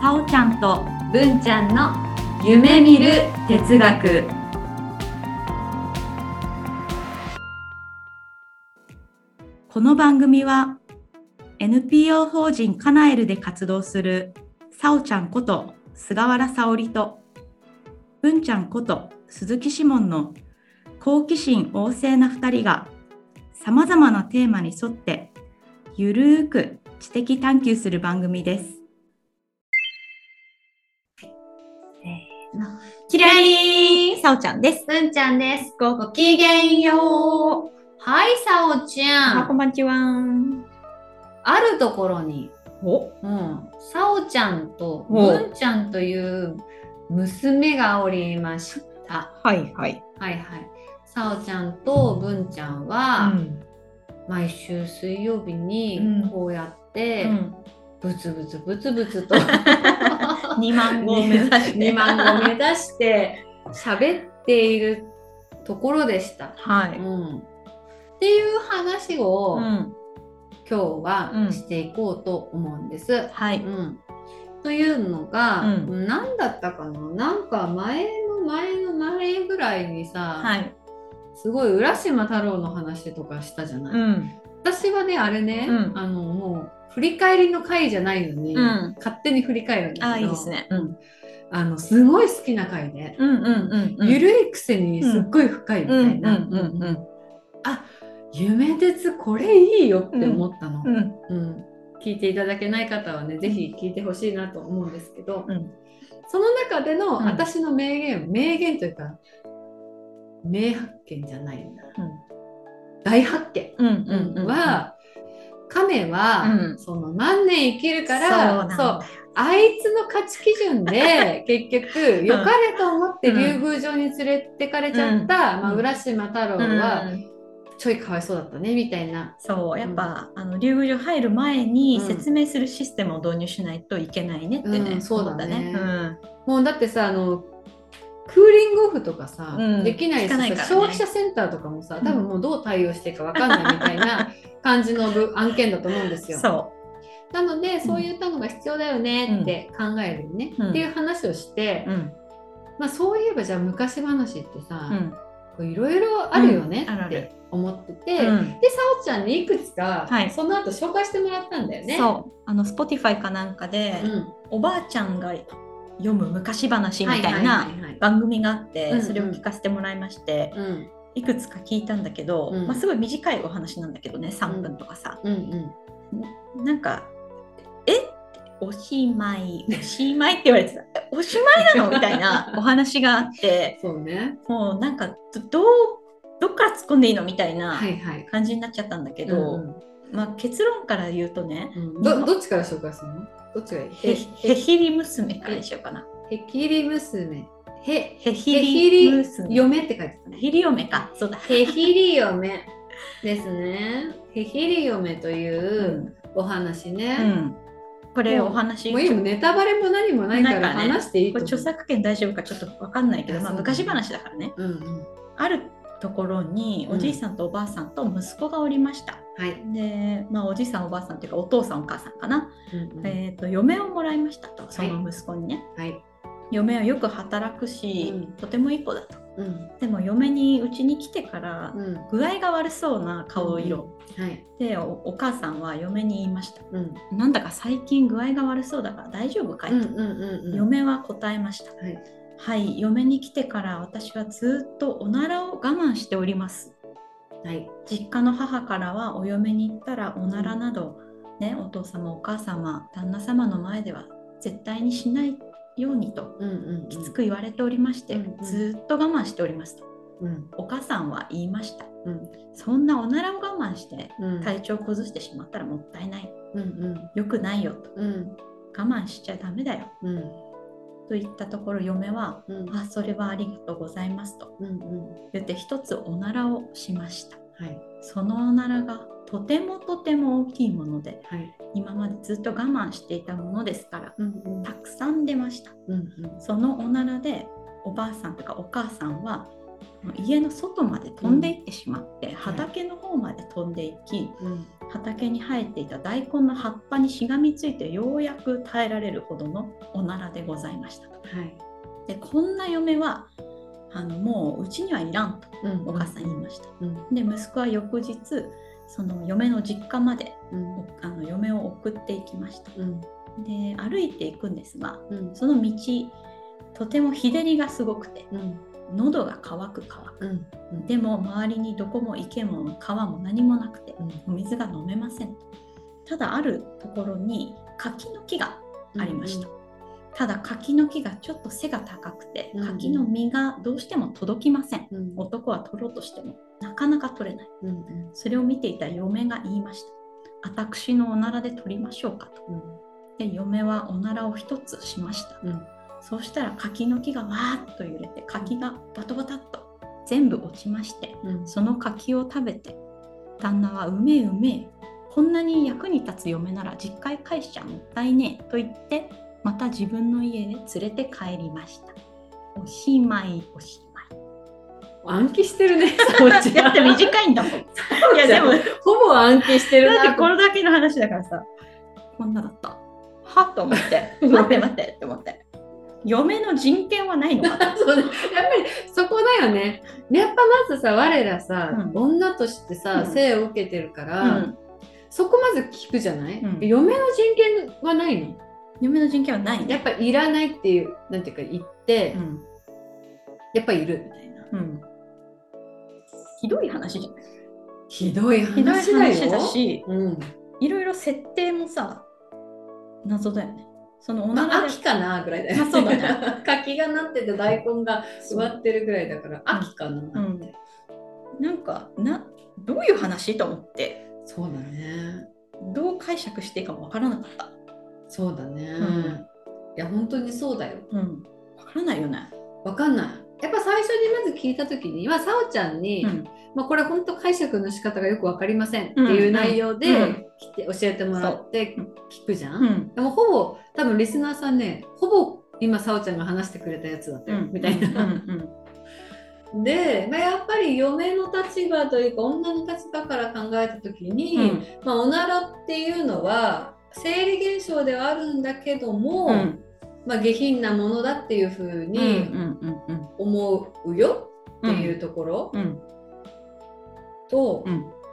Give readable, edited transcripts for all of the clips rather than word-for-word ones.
さおちゃんと文ちゃんの夢見る哲学。 この番組は NPO 法人カナエルで活動するさおちゃんこと菅原さおりと文ちゃんこと鈴木志門の好奇心旺盛な2人がさまざまなテーマに沿ってゆるーく知的探求する番組です。 キラリーさおちゃんです。 文ちゃんです。ごきげんよう。はい、さおちゃん。 こんばんちは。 あるところに、さおちゃんと文ちゃんという娘がおりました。 はいはい。 さおちゃんと文ちゃんは、毎週水曜日にこうやって、ブツブツと 2万語を目指して喋っているところでした。っていう話を、今日はしていこうと思うんです。というのが、何だったかな、なんか前のぐらいにさ、すごい浦島太郎の話とかしたじゃない。私はね、あれね、もう振り返りの回じゃないのに、勝手に振り返るんだけど、 いいですね。 すごい好きな回で、ゆるいくせにすっごい深いみたいな、夢鉄これいいよって思ったの。聞いていただけない方はね、ぜひ聞いてほしいなと思うんですけど、その中での私の名言というか、名発見じゃないんだ、大発見は、亀は、その何年生きるから、あいつの価値基準で結局良かれと思って竜宮城に連れてかれちゃった、浦島太郎はちょいかわいそうだったねみたいな。 そうやっぱ、竜宮城入る前に説明するシステムを導入しないといけないねってね。 そうだね。もうだってさ、クーリングオフとかさ、できないしさ、消費者センターとかもさ、多分もうどう対応していいか分かんないみたいな感じの案件だと思うんですよ。なので、そういったのが必要だよねって考えるよね、っていう話をして、そういえばじゃあ昔話ってさ、いろいろあるよねって思ってて、で、さおちゃんにいくつか、その後紹介してもらったんだよね。 Spotify かなんかで、おばあちゃんが読む昔話みたいな番組があって、それを聞かせてもらいまして、いくつか聞いたんだけど、すごい短いお話なんだけどね、3分とかさ、なんかおしまいって言われてたおしまいなのみたいなお話があってもうなんかどっから突っ込んでいいのみたいな感じになっちゃったんだけど、結論から言うとね、 どっちから紹介するの？どっちがいい？ へひり娘からにしようかな。 へひり娘。へひり嫁って書いてたね。 へひり嫁か。そうだ。 へひり嫁ですね。へひり嫁というお話ね。 これお話もう今ネタバレも何もないから話していいと思う。 これ著作権大丈夫かちょっと分かんないけど、昔話だからね。あるところにおじいさんとおばあさんと息子がおりました。で、おじいさんおばあさんっていうかお父さんお母さんかな、嫁をもらいましたと、その息子にね。嫁はよく働くし、とてもいい子だと。でも嫁にうちに来てから具合が悪そうな顔色で、お母さんは嫁に言いました。なんだか最近具合が悪そうだから大丈夫かいと。嫁は答えました。はい、嫁に来てから私はずっとおならを我慢しております。実家の母からはお嫁に行ったらおならなど、お父様お母様旦那様の前では絶対にしないようにときつく言われておりまして、ずっと我慢しておりますと、お母さんは言いました。そんなおならを我慢して体調を崩してしまったらもったいない、よくないよと、我慢しちゃダメだよ、と言ったところ嫁は、それはありがとうございますと言って一つおならをしました。そのおならがとても大きいもので、今までずっと我慢していたものですから、たくさん出ました。そのおならでおばあさんとかお母さんは家の外まで飛んでいってしまって、畑の方まで飛んでいき、 畑に生えていた大根の葉っぱにしがみついてようやく耐えられるほどのおならでございましたと。でこんな嫁はもううちにはいらんとお母さん言いました。で息子は翌日その嫁の実家まで、嫁を送っていきました。で歩いていくんですが、その道とても日照りがすごくて、喉が渇く。でも周りにどこも池も川も何もなくて、お水が飲めません。ただあるところに柿の木がありました。ただ柿の木がちょっと背が高くて、柿の実がどうしても届きません。男は取ろうとしてもなかなか取れない。それを見ていた嫁が言いました。私のおならで取りましょうかと。で嫁はおならを一つしました。そうしたら柿の木がわーっと揺れて、柿がバタバタっと全部落ちまして、その柿を食べて、旦那はうめえうめえ、こんなに役に立つ嫁なら実家へ返しちゃもったいねえと言って、また自分の家へ連れて帰りました。おしまい。 暗記してるね。 だって短いんだもん。いやでもほぼ暗記してるな。 だってこれだけの話だからさ、こんなだった。はっと思って待ってって思って。嫁の人権はないのかな。 そうね、やっぱりそこだよね。やっぱまずさ、我らさ、女としてさ、生を受けてるから、そこまず聞くじゃない、嫁の人権はないの？ 嫁の人権はないね。 やっぱいらないっていう、なんていうか言って、やっぱいるみたいな。 ひどい話じゃない？ ひどい話だし、いろいろ設定もさ、謎だよね。その秋かなぐらいだよね。 そうだね。 柿がなってて大根が植わってるぐらいだから秋かなって。 なんかどういう話と思って。 そうだね。 どう解釈していいかもわからなかった。 そうだね。いや本当にそうだよ。 わからないよね。 わかんない。やっぱ最初にまず聞いた時にはさおちゃんに、これ本当解釈の仕方がよく分かりませんっていう内容で来て教えてもらって聞くじゃん。でもほぼ多分リスナーさんね、ほぼ今さおちゃんが話してくれたやつだったよ、みたいな。で、やっぱり嫁の立場というか女の立場から考えた時に、おならっていうのは生理現象ではあるんだけども、下品なものだっていうふうに思うよっていうところと、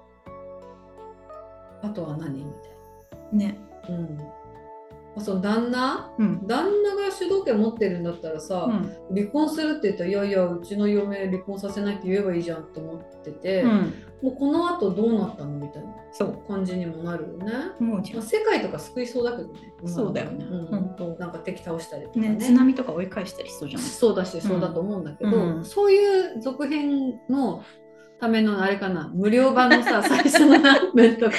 あとは何みたいな。 ね。 その旦那が主導権持ってるんだったらさ、離婚するって言ったら、いやいやうちの嫁離婚させないって言えばいいじゃんと思ってて、もうこの後どうなったのみたいな感じにもなるよね。世界とか救いそうだけどね。 そうだよね。 なんか敵倒したりとかね、 津波とか追い返したりしそうじゃない？ そうだし、そうだと思うんだけど、そういう続編のためのあれかな、無料版のさ最初の何分とか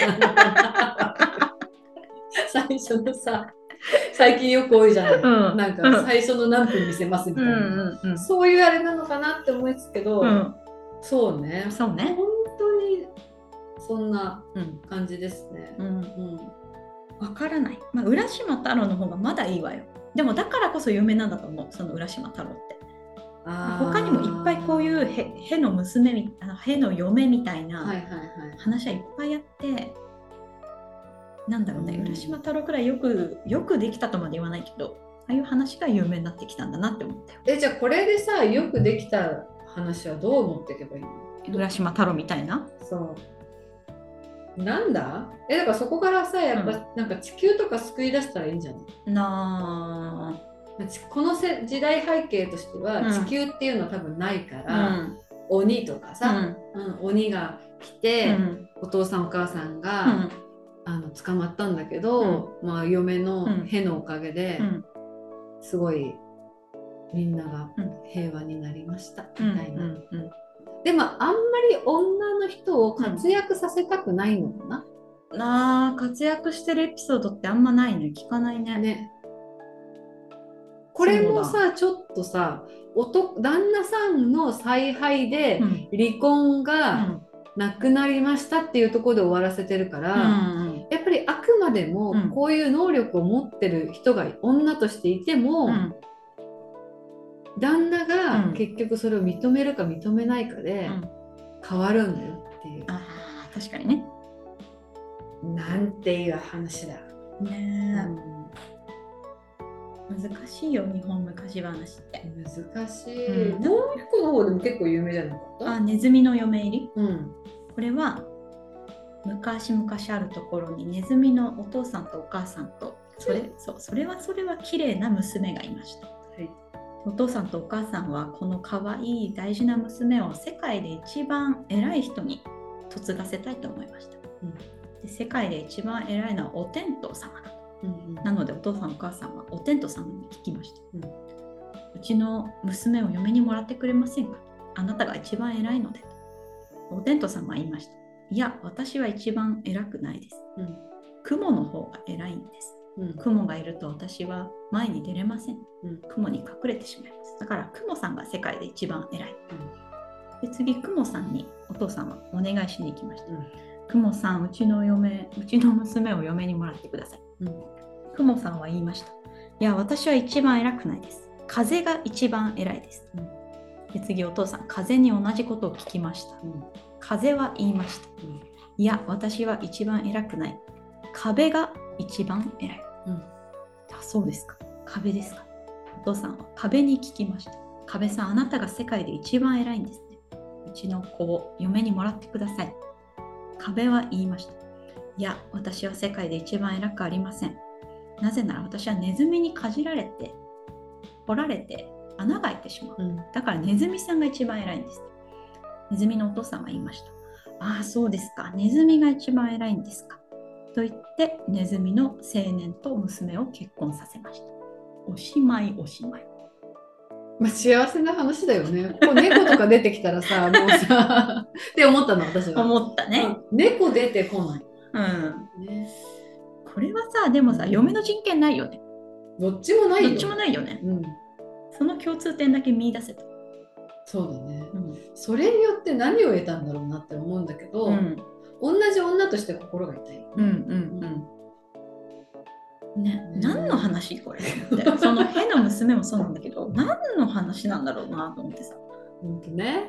最初のさ、最近よく多いじゃない、なんか最初の何分見せますみたいな、そういうあれなのかなって思いつくけど、そうね、本当にそんな感じですね。 わからない。浦島太郎の方がまだいいわよ。でもだからこそ有名なんだと思う、その浦島太郎って。他にもいっぱいこういうへの娘への嫁みたいな話はいっぱいあって、なんだろうね、浦島太郎くらいよくできたとまで言わないけど、ああいう話が有名になってきたんだなって思ったよ。 じゃあこれでさ、よくできた話はどう持っていけばいいの？ 浦島太郎みたいな。 そうなんだ？だからそこからさ、やっぱなんか地球とか救い出したらいいんじゃない？この時代背景としては、地球っていうのは多分ないから、鬼とかさ、鬼が来て、お父さんお母さんが、捕まったんだけど、嫁のへのおかげで、すごいみんなが平和になりましたみたいな。でもあんまり女の人を活躍させたくないのかな。 活躍してるエピソードってあんまないね。聞かないね。 これもさ、ちょっとさ、旦那さんの采配で離婚がなくなりましたっていうところで終わらせてるから、やっぱりあくまでもこういう能力を持ってる人が女としていても、旦那が結局それを認めるか認めないかで変わるんだよっていう。 確かにね。 なんていう話だね、難しいよ日本昔話って。 難しい、もう一個の方でも結構有名じゃなかった？ ネズミの嫁入り、これは昔々あるところにネズミのお父さんとお母さんとそれは綺麗な娘がいました、お父さんとお母さんはこの可愛い大事な娘を世界で一番偉い人に嫁がせたいと思いました、で世界で一番偉いのはお天道様だと、なのでお父さんお母さんはお天道様に聞きました、うちの娘を嫁にもらってくれませんか、あなたが一番偉いのでと。お天道様は言いました。いや、私は一番偉くないです、雲の方が偉いんです、雲がいると私は前に出れません、雲に隠れてしまいます。だから雲さんが世界で一番偉い、で次雲さんにお父さんはお願いしに行きました、雲さん、うちの娘を嫁にもらってください、雲さんは言いました。いや、私は一番偉くないです、風が一番偉いです、で次お父さん、風に同じことを聞きました、風は言いました、いや、私は一番偉くない、壁が一番偉い、あ、そうですか、壁ですか。お父さんは壁に聞きました。壁さん、あなたが世界で一番偉いんですね、うちの子を嫁にもらってください。壁は言いました。いや、私は世界で一番偉くありません、なぜなら私はネズミにかじられて掘られて穴が開いてしまう、だからネズミさんが一番偉いんです。ネズミのお父さんは言いました。ああ、そうですか、ネズミが一番偉いんですかと言ってネズミの青年と娘を結婚させました。おしまい。 まあ、幸せな話だよね。こう猫とか出てきたらさ、もうさって思ったの、私は。 思ったね。 猫出てこない。 これはさ、でもさ、嫁の人権ないよね。 どっちもないよ。 どっちもないよね。その共通点だけ見出せた。 そうだね。それによって何を得たんだろうなって思うんだけど、同じ女として心が痛い。 ね、何の話これってその変な娘もそうなんだけど、何の話なんだろうなと思ってさ。 本当ね。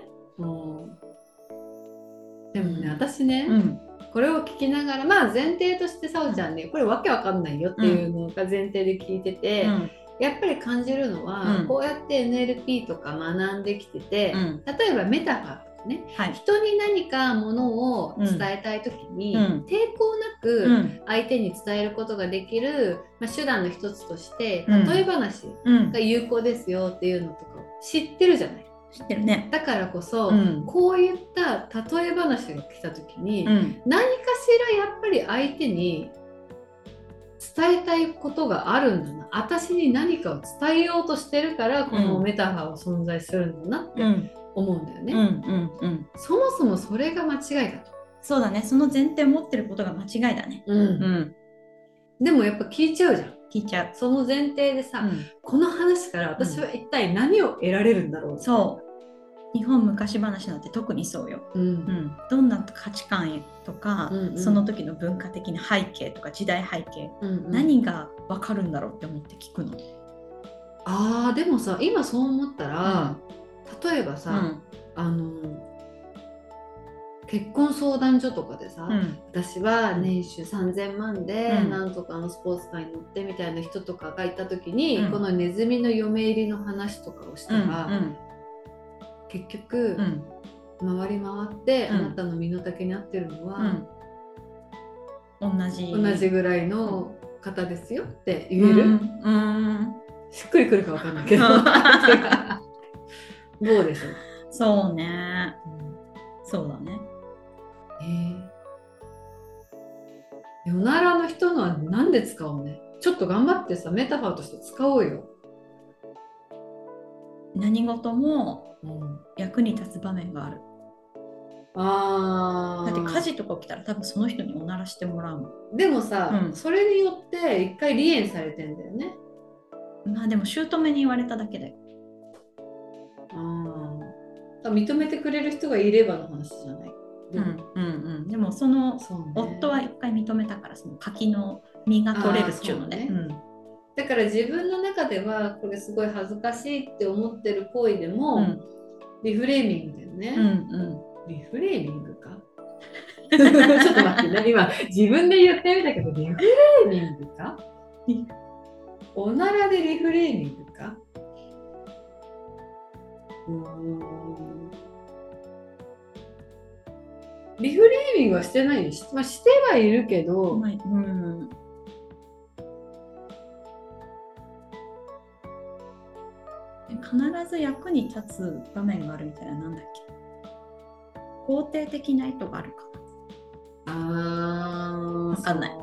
でもね、私ね、これを聞きながら、まあ前提としてさおちゃんね、これわけわかんないよっていうのが前提で聞いてて、やっぱり感じるのは、こうやって NLP とか学んできてて、例えばメタファーとかね、人に何かものを伝えたい時に、抵抗なく相手に伝えることができる、手段の一つとして例え話が有効ですよっていうのとか知ってるじゃない。 知ってるね。 だからこそ、こういった例え話が来た時に、何かしらやっぱり相手に伝えたいことがあるんだな、私に何かを伝えようとしてるからこのメタファーは存在するんだなって思うんだよね。そもそもそれが間違いだと。 そうだね、その前提を持ってることが間違いだね。 でもやっぱ聞いちゃうじゃん。 聞いちゃう。 その前提でさ、この話から私は一体何を得られるんだろう、 そう日本昔話なんて特にそうよ、どんな価値観とか、その時の文化的な背景とか時代背景、何が分かるんだろうって思って聞くの。 でもさ、今そう思ったら、例えばさ、結婚相談所とかでさ、私は年収3000万でなんとかのスポーツカーに乗ってみたいな人とかがいた時に、このネズミの嫁入りの話とかをしたら、結局、回り回ってあなたの身の丈に合ってるのは、 同じぐらいの方ですよって言える？しっくりくるか分かんないけどどうでしょう？ そうね、そうだね。 おならの人のはなんで使おうね。ちょっと頑張ってさ、メタファーとして使おうよ。 何事も役に立つ場面がある。だって火事とか起きたら多分その人におならしてもらうもん。 でもさ、それによって一回離縁されてんだよね。 まあでも姑に言われただけだよ。 認めてくれる人がいればの話じゃない。 でもその夫は一回認めたから、その柿の実が取れるっていうのね。 だから自分の中ではこれすごい恥ずかしいって思ってる行為でも、リフレーミングだよね。リフレーミングかちょっと待ってね、今自分で言ってみたけど、リフレーミングか？おならでリフレーミングか？リフレーミングはしてないし、まあ、してはいるけど、 必ず役に立つ場面があるみたいな、なんだっけ、肯定的な意図があるかな。分かんない。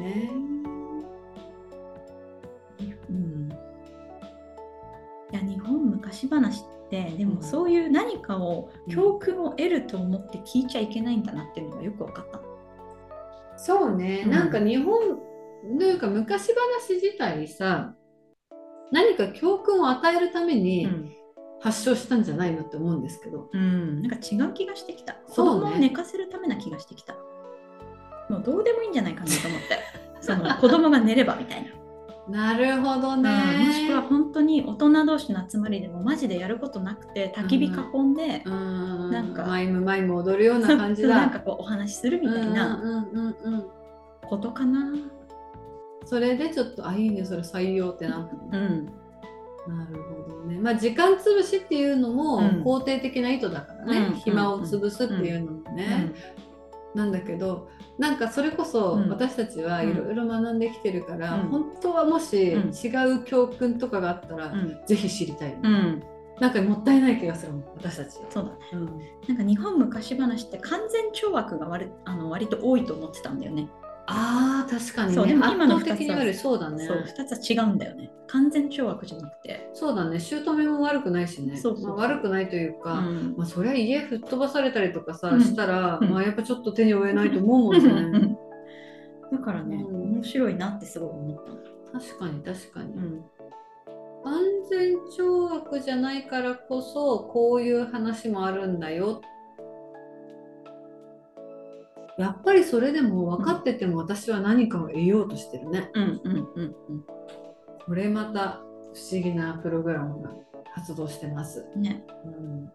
いや、日本昔話ってでもそういう何かを教訓を得ると思って聞いちゃいけないんだなっていうのがよく分かった。 そうね、なんか日本というか昔話自体さ、何か教訓を与えるために発症したんじゃないのって思うんですけど、 なんか違う気がしてきた。子供を寝かせるためな気がしてきた。もうどうでもいいんじゃないかなと思ってその子供が寝ればみたいな。 なるほどね、 もしくは本当に大人同士の集まりでもマジでやることなくて焚き火囲んで、なんかマイム踊るような感じだ。 なんかこうお話しするみたいなことかな。 それでちょっといいね、それ採用ってなったの。なるほどね。まあ時間つぶしっていうのも肯定的な意図だからね、暇を潰すっていうのもね、なんだけど、なんかそれこそ私たちはいろいろ学んできてるから、本当はもし違う教訓とかがあったら、ぜひ知りたい、なんかもったいない気がするもん、私たち。 そうだね、なんか日本昔話って完全懲悪が割と多いと思ってたんだよね。 確かにね。 そう、でも今の 2つはそうだね。 そう、2つは違うんだよね。完全懲悪じゃなくて。 そうだね、姑も悪くないしね。悪くないというか、まあそりゃ家吹っ飛ばされたりとかさ、したら、まあやっぱちょっと手に負えないと思うもんね。 だからね、面白いなってすごい思った。 確かに。安全懲悪じゃないからこそ、こういう話もあるんだよ。やっぱりそれでも分かってても私は何かを得ようとしてるね。これまた不思議なプログラムが発動してますね。面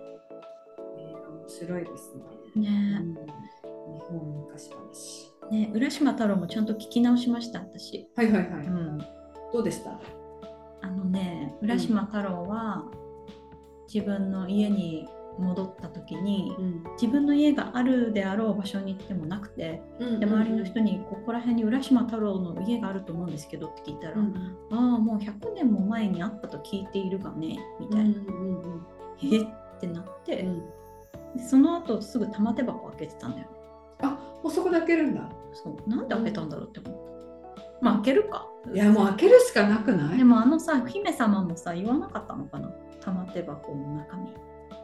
白いですね。日本昔話。 浦島太郎もちゃんと聞き直しました、私。 どうでした？ 浦島太郎は自分の家に戻った時に、自分の家があるであろう場所に行ってもなくて、で周りの人にここら辺に浦島太郎の家があると思うんですけどって聞いたら、もう100年も前にあったと聞いているがねみたいな、ってなって、その後すぐ玉手箱開けてたんだよね。 もうそこで開けるんだ。 そう、なんで開けたんだろうって思った。開けるか。 いや、もう開けるしかなくない？ でも姫様もさ言わなかったのかな、玉手箱の中身。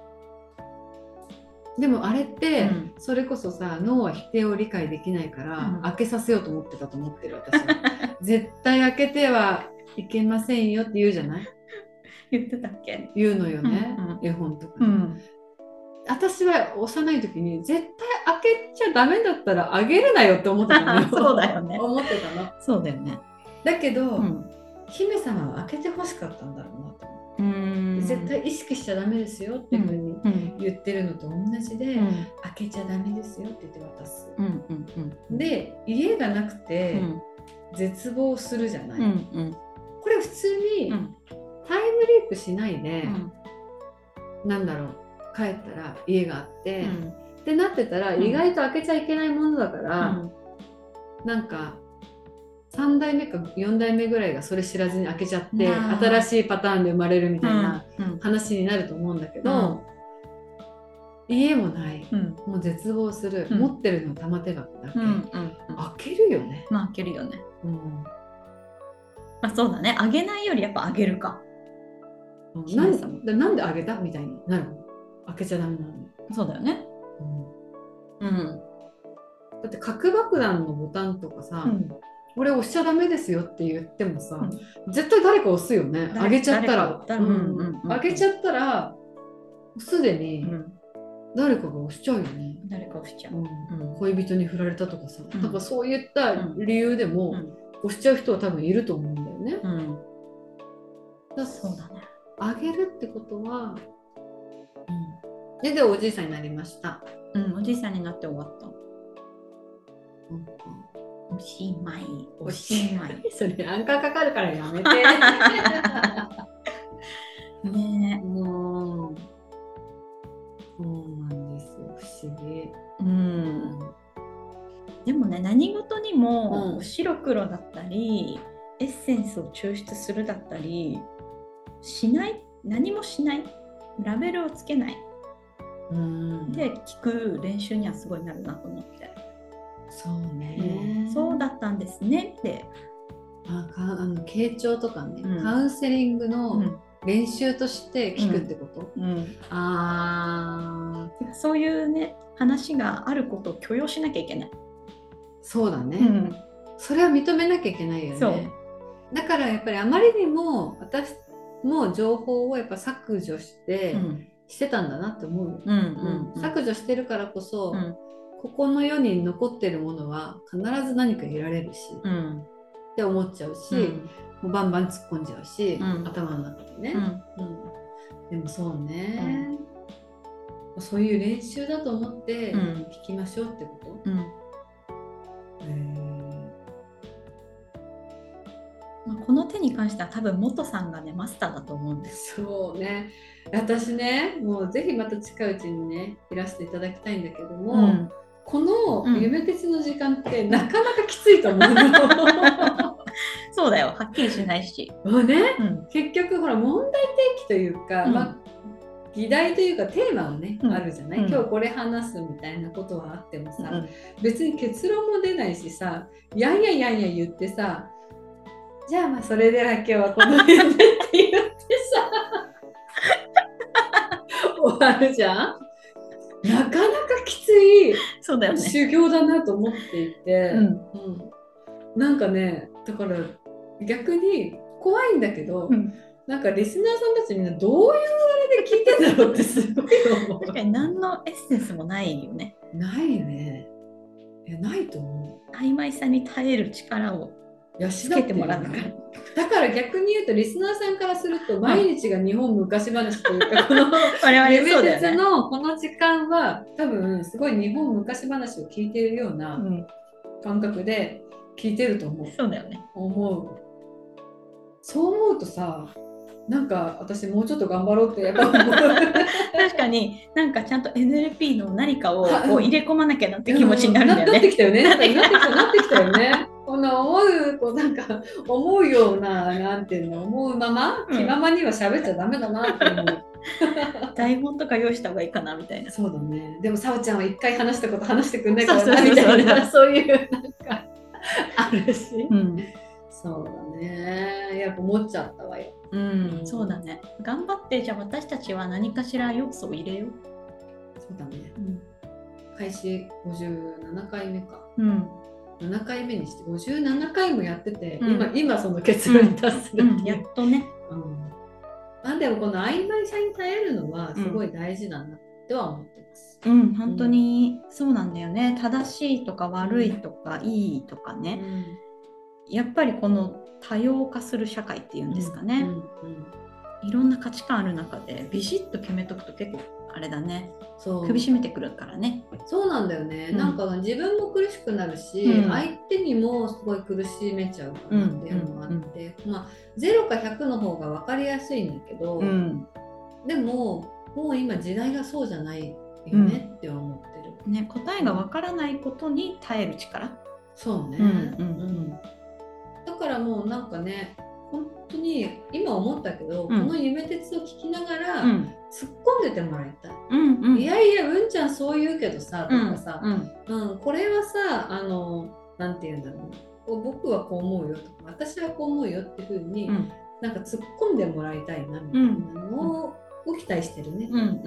でもあれって、それこそさ、脳は否定を理解できないから、開けさせようと思ってたと思ってる私は。絶対開けてはいけませんよって言うじゃない？ 言ってたっけ？ 言うのよね、絵本とかで。私は幼い時に絶対開けちゃダメだったらあげるなよって思ってたのよ。 そうだよね。 思ってたの。 そうだよね。 だけど、姫様は開けてほしかったんだろうなと思って。絶対意識しちゃダメですよっていうふうに言ってるのと同じで、開けちゃダメですよって言って渡す。で、家がなくて絶望するじゃない。これ普通にタイムリープしないで、なんだろう、帰ったら家があって、ってなってたら意外と開けちゃいけないものだから、なんか3代目か4代目ぐらいがそれ知らずに開けちゃって新しいパターンで生まれるみたいな話になると思うんだけど、家もない、もう絶望する、持ってるの玉手箱だけ、開けるよね。 開けるよね。そうだね、開けないよりやっぱ開けるか。 なんで開けたみたいになるの。開けちゃダメなのに。 そうだよね。 だって核爆弾のボタンとかさ、これ押しちゃダメですよって言ってもさ、絶対誰か押すよね。開けちゃったら。開けちゃったらすでに誰かが押しちゃうよね。 誰か押しちゃう。 恋人に振られたとかさ、なんかそういった理由でも押しちゃう人は多分いると思うんだよね。 そうだね。 開けるってことは、でおじいさんになりました。 おじいさんになって終わった。 おしまいおしまいそれアンカーかかるからやめてね。 そうなんですよ、不思議。 でもね、何事にも白黒だったり、エッセンスを抽出するだったりしない、何もしない、ラベルをつけないで聞く練習にはすごいなるなと思って。 そうね、 そうだったんですねって。 傾聴とかね、カウンセリングの練習として聞くってこと、 そういうね話があることを許容しなきゃいけない。 そうだね、それは認めなきゃいけないよね。だからやっぱりあまりにも私も情報をやっぱ削除して、してたんだなって思う。削除してるからこそ、ここの世に残ってるものは必ず何か得られるし、って思っちゃうし、もうバンバン突っ込んじゃうし、頭の中でね、でもそうね、そういう練習だと思って聞きましょうってこと、 この手に関しては多分元さんがねマスターだと思うんです。 そうね、私ねもうぜひまた近いうちにねいらしていただきたいんだけども、この夢鉄の時間ってなかなかきついと思うのそうだよ、はっきりしないし。 結局ほら問題提起というか、議題というかテーマはね、あるじゃない、今日これ話すみたいなことはあってもさ、別に結論も出ないしさ、やんややんや言ってさ、じゃあまあそれでは今日はこの辺でって言ってさ終わるじゃん。なかなかきつい修行だなと思っていて、なんかね、だから逆に怖いんだけど、なんかリスナーさんたちみんなどういうあれで聞いてんだろうってすごい思う。 確かに何のエッセンスもないよね。 ないね。ないと思う。 曖昧さに耐える力をつけてもらうから。 だから逆に言うとリスナーさんからすると毎日が日本昔話というか、この夢鉄のこの時間は多分すごい日本昔話を聞いているような感覚で聞いてると思う。 そうだよね。 そう思うとさ、なんか私もうちょっと頑張ろうってやっぱ思う。 確かになんかちゃんと NLP の何かをこう入れ込まなきゃなって気持ちになるんだよね。 なってきたよね。なってきたよね。このなんか思うような、なんていうの、思うまま気ままには喋っちゃダメだなって思う。 台本とか用意した方がいいかなみたいな。 そうだね。でもさおちゃんは一回話したこと話してくんないからなみたいな、そういうなんかあるし。そうだね。やっぱ思っちゃったわよ。 そうだね。頑張ってじゃあ私たちは何かしら要素を入れよう。 そうだね。開始57回目か。7回目にして57回もやってて、今その結論に達するっていう、 やっとね。 でもこの曖昧さに耐えるのはすごい大事だなっては思ってます。 本当にそうなんだよね。正しいとか悪いとかいいとかね。やっぱりこの多様化する社会っていうんですかね、いろんな価値観ある中でビシッと決めとくと結構あれだね、首絞めてくるからね。 そうなんだよね、なんか自分も苦しくなるし、相手にもすごい苦しめちゃうかなっていうのがあって、0か100の方が分かりやすいんだけど、でももう今時代がそうじゃないよねって思ってる、 答えが分からないことに耐える力。 そうね、だからもうなんかね、本当に今思ったけど、この夢鉄を聞きながら、突っ込んでてもらいたい。いやいや、うんちゃんそう言うけどさ、とかさ、これはさ、なんて言うんだろう、僕はこう思うよとか、私はこう思うよっていう風に、なんか突っ込んでもらいたいなみたいなのを期待してるね。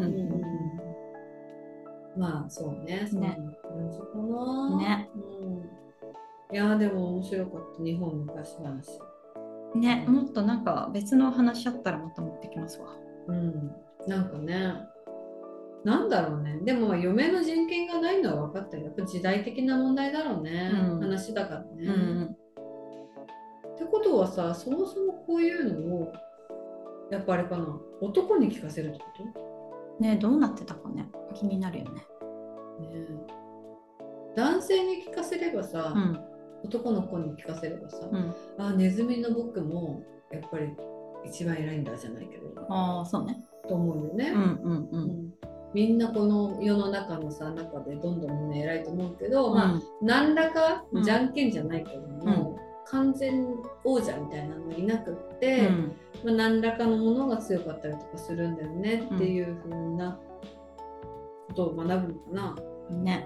まあそうね、そんな感じかな。ね。いやでも面白かった、日本昔話。 ね、もっとなんか別の話あったらまた持ってきますわ。 なんかね、なんだろうね。でも嫁の人権がないのは分かったよ。やっぱ時代的な問題だろうね。話だからね。ってことはさ、そもそもこういうのをやっぱあれかな、男に聞かせるってこと？ ね、どうなってたかね、気になるよね。 男性に聞かせればさ、男の子に聞かせればさ、ネズミの僕もやっぱり一番偉いんだじゃないけど、 そうねと思うよね。みんなこの世の中のさ中でどんどんみんな偉いと思うけど、何らかじゃんけんじゃないけども、完全王者みたいなのがいなくって、何らかのものが強かったりとかするんだよねっていう風なことを学ぶのかな。 ね。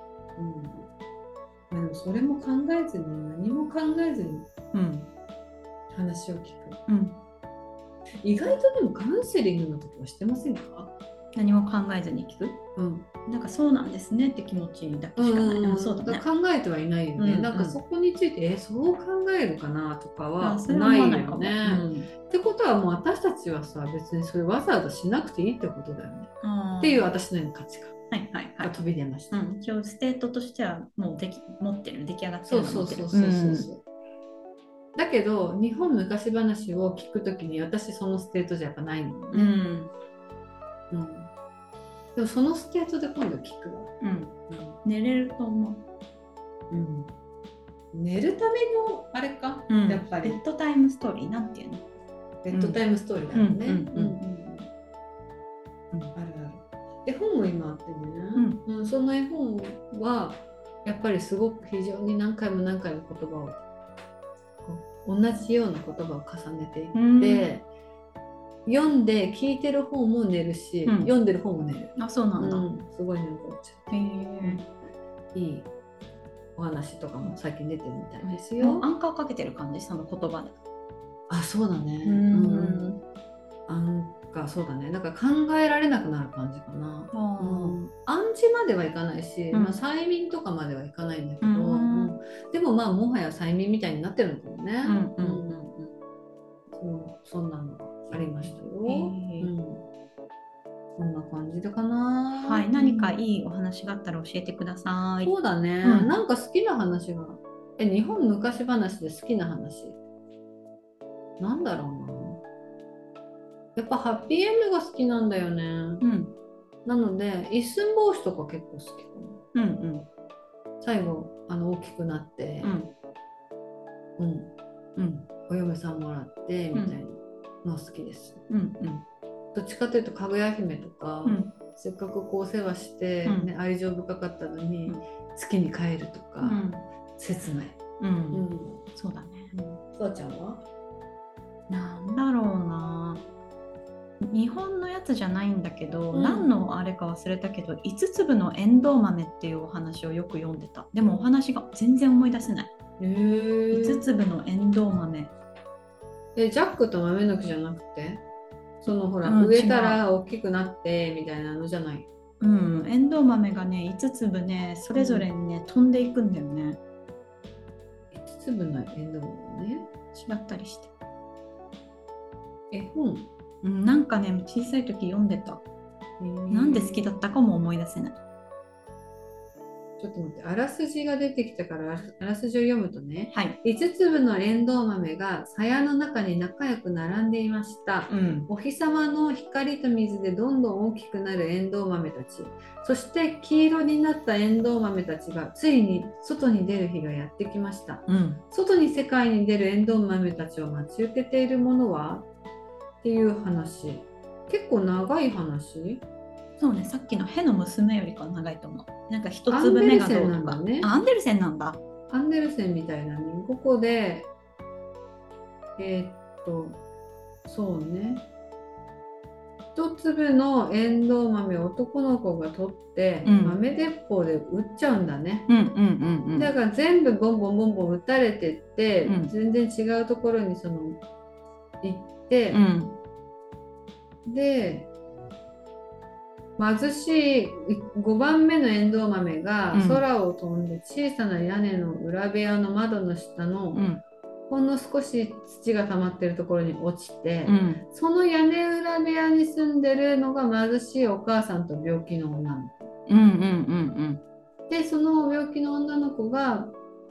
でもそれも考えずに何も考えずに話を聞く。意外とでもカウンセリングの時はしてませんか？ 何も考えずに聞く、なんかそうなんですねって気持ちだけしかない。そうだね。 考えてはいないよね。なんかそこについてそう考えるかなとかはないよね。ってことはもう私たちはさ別にそれわざわざしなくていいってことだよね。っていう私の価値観が飛び出ました。 一応ステートとしてはもう持ってる出来上がってる。 そう。だけど日本昔話を聞くときに私そのステートじゃやっぱないのね。でもそのステートで今度聞くわ。 寝れると思う。 寝るためのあれか、やっぱりベッドタイムストーリーなんていうの？ ベッドタイムストーリーだよね。あるある。絵本も今あってね、その絵本はやっぱりすごく非常に何回も言葉を同じような言葉を重ねていって、読んで聞いてる方も寝るし、読んでる方も寝る。 そうなんだ。 すごい眠くなっちゃう。いいお話とかも最近出てるみたいですよ。 アンカーかけてる感じ、その言葉で。 そうだね。アンカー、そうだね。なんか考えられなくなる感じかな。暗示まではいかないし、催眠とかまではいかないんだけど、でももはや催眠みたいになってるのかもね。そんなのがありましたよ。こんな感じでかな。 はい、何かいいお話があったら教えてください。 そうだね。なんか好きな話が。日本昔話で好きな話。なんだろうな。やっぱハッピーエンドが好きなんだよね。なので、一寸法師とか結構好きかも。最後、大きくなって、お嫁さんもらって、みたいなの好きです。どっちかというとかぐや姫とか、せっかくお世話して、愛情深かったのに、月に帰るとか、切ない。 そうだね。 そうちゃんは？ なんだろうな。日本のやつじゃないんだけど、何のあれか忘れたけど、5粒のエンドウ豆っていうお話をよく読んでた。でもお話が全然思い出せない。5粒のエンドウ豆。 ジャックと豆の木じゃなくて、そのほら、植えたら大きくなってみたいなのじゃない？ エンドウ豆がね、5粒ね、それぞれにね、飛んでいくんだよね。 5粒のエンドウ豆ね。 違ったりして。 絵本？ なんかね、小さい時読んでた。なんで好きだったかも思い出せない。 ちょっと待って、あらすじが出てきたからあらすじを読むとね、5粒のエンドウ豆が鞘の中に仲良く並んでいました。お日様の光と水でどんどん大きくなるエンドウ豆たち、そして黄色になったエンドウ豆たちがついに外に出る日がやってきました。外に世界に出るエンドウ豆たちを待ち受けているものはっていう話。結構長い話。 そうね、さっきのヘの娘よりか長いと思う。なんか一粒目がどうとか。アンデルセンなんだ。 アンデルセンみたいなね。ここでそうね。一粒のエンドウ豆を男の子が取って、豆鉄砲で撃っちゃうんだね。だから全部ボンボンボンボン撃たれてって、全然違うところに行って、で貧しい5番目のエンドウ豆が空を飛んで小さな屋根の裏部屋の窓の下の、ほんの少し土が溜まってるところに落ちて、その屋根裏部屋に住んでるのが貧しいお母さんと病気の女の子。でその病気の女の子が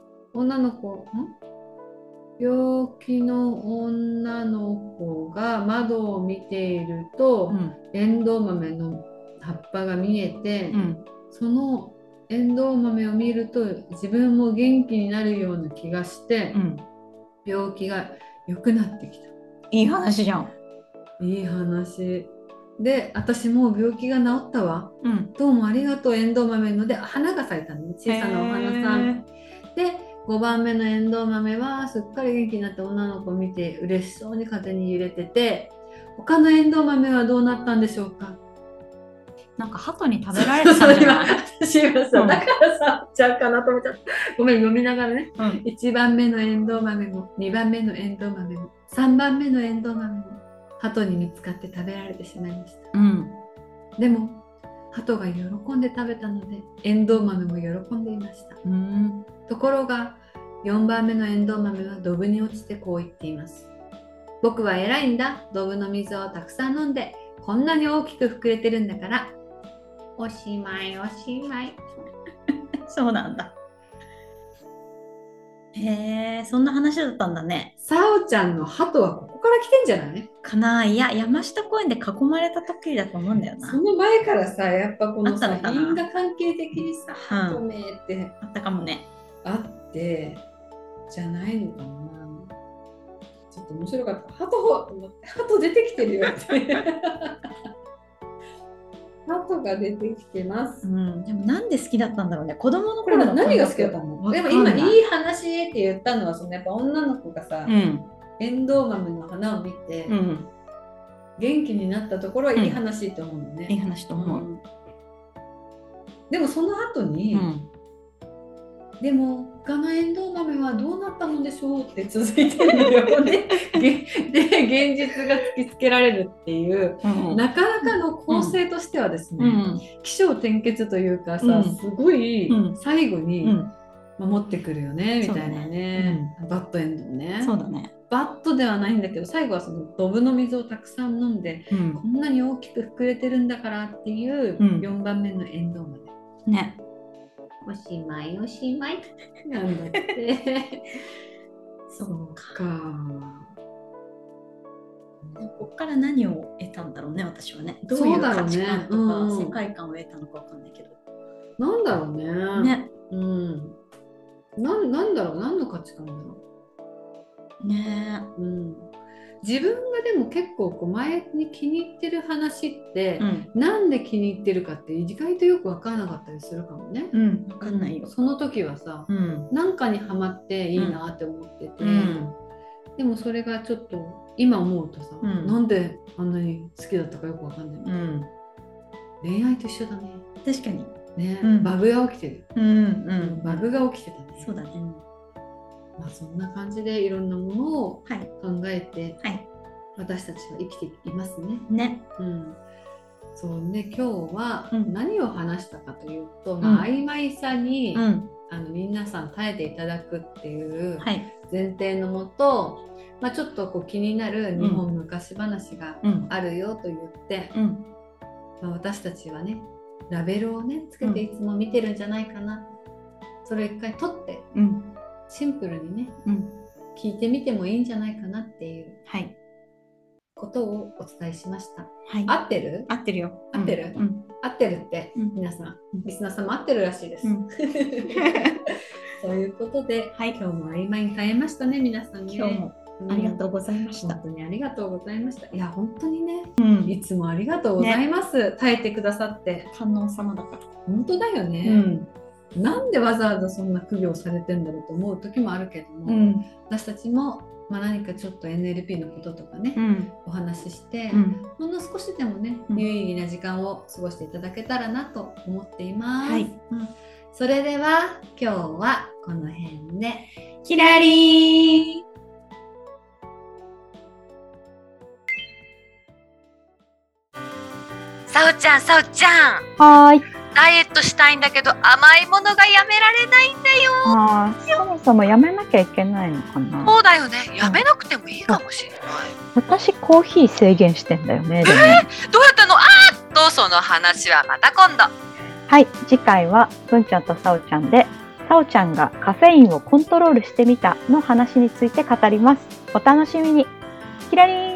病気の女の子が窓を見ていると、エンドウ豆の葉っぱが見えて、そのエンドウ豆を見ると自分も元気になるような気がして、病気が良くなってきた。 いい話じゃん。 いい話で、私もう病気が治ったわ、どうもありがとうエンドウ豆ので花が咲いたのね、小さなお花さんで、5番目のエンドウ豆はすっかり元気になった女の子を見て嬉しそうに風に揺れてて、他のエンドウ豆はどうなったんでしょうか。 なんか鳩に食べられてたんじゃない？ 私はさ、だからさ、ちゃうかなと思っちゃった。ごめん、読みながらね、1番目のエンドウ豆も2番目のエンドウ豆も3番目のエンドウ豆も鳩に見つかって食べられてしまいました。でも鳩が喜んで食べたのでエンドウ豆も喜んでいました。ところが4番目のエンドウ豆はドブに落ちてこう言っています。僕は偉いんだ。ドブの水をたくさん飲んでこんなに大きく膨れてるんだから。おしまいおしまい。 そうなんだ。へえ、そんな話だったんだね。 さおちゃんの鳩はここから来てんじゃないかな。いや、山下公園で囲まれた時だと思うんだよな。 その前からさ、やっぱこのさ、因果関係的にさ、鳩名ってあったかもね。 あってじゃないのかな。ちょっと面白かった。鳩と思って、鳩出てきてるよって鳩が出てきてます、 でもなんで好きだったんだろうね。子供の頃の何が好きだったの？でも今いい話って言ったのは、そのやっぱ女の子がさ、エンドウ豆の花を見て、元気になったところはいい話と思うのね。 いい話と思う。 でもその後に、でも他のエンドウ豆はどうなったのでしょうって続いてるのよね。で現実が突きつけられるっていう、なかなかの構成としてはですね、起承転結というかさ、すごい最後に守ってくるよね、みたいなね、バッドエンドね。 そうだね。 バッドではないんだけど、最後はそのドブの水をたくさん飲んで、こんなに大きく膨れてるんだからっていう4番目のエンドウ豆ね。 おしまいおしまいなんだってそうか。 ここから何を得たんだろうね、私はね。どういう価値観とか世界観を得たのかわかんないけど。 なんだろうね。なんだろう、何の価値観だろう。ねえ。自分がでも結構前に気に入ってる話って、なんで気に入ってるかって意外とよく分からなかったりするかもね。 分かんないよ。 その時はさ、なんかにハマっていいなって思ってて、でもそれがちょっと今思うとさ、なんであんなに好きだったかよく分かんない。恋愛と一緒だね。 確かにね、バグが起きてる。バグが起きてたね。 そうだね。 まあそんな感じでいろんなものを考えて、私たちは生きていますね。そうね、今日は何を話したかというと、曖昧さに、皆さん耐えていただくっていう前提のもと、ちょっと気になる日本昔話があるよと言って、私たちはねラベルをねつけていつも見てるんじゃないかな、それを一回取って、シンプルにね、聞いてみてもいいんじゃないかなっていうことをお伝えしました。合ってる？ 合ってるよ。 合ってる？合ってるって、皆さん、リスナーさんも合ってるらしいです。ということで、今日も曖昧に耐えましたね、皆さんね。 今日もありがとうございました。 本当にありがとうございました。いや、本当にね、いつもありがとうございます。耐えてくださって。 観音様だから。 本当だよね。なんでわざわざそんな苦行されてんだろうと思う時もあるけども、私たちも何かちょっと NLP のこととかね、お話しして、ほんの少しでもね、有意義な時間を過ごしていただけたらなと思っています。それでは今日はこの辺でキラリー。 さおちゃん、さおちゃん。 はい。 ダイエットしたいんだけど甘いものがやめられないんだよ。そもそもやめなきゃいけないのかな。 そうだよね。やめなくてもいいかもしれない。 私コーヒー制限してんだよね。 どうやったの？その話はまた今度。 はい、次回は文ちゃんとさおちゃんで、さおちゃんがカフェインをコントロールしてみたの話について語ります。お楽しみに。キラリン。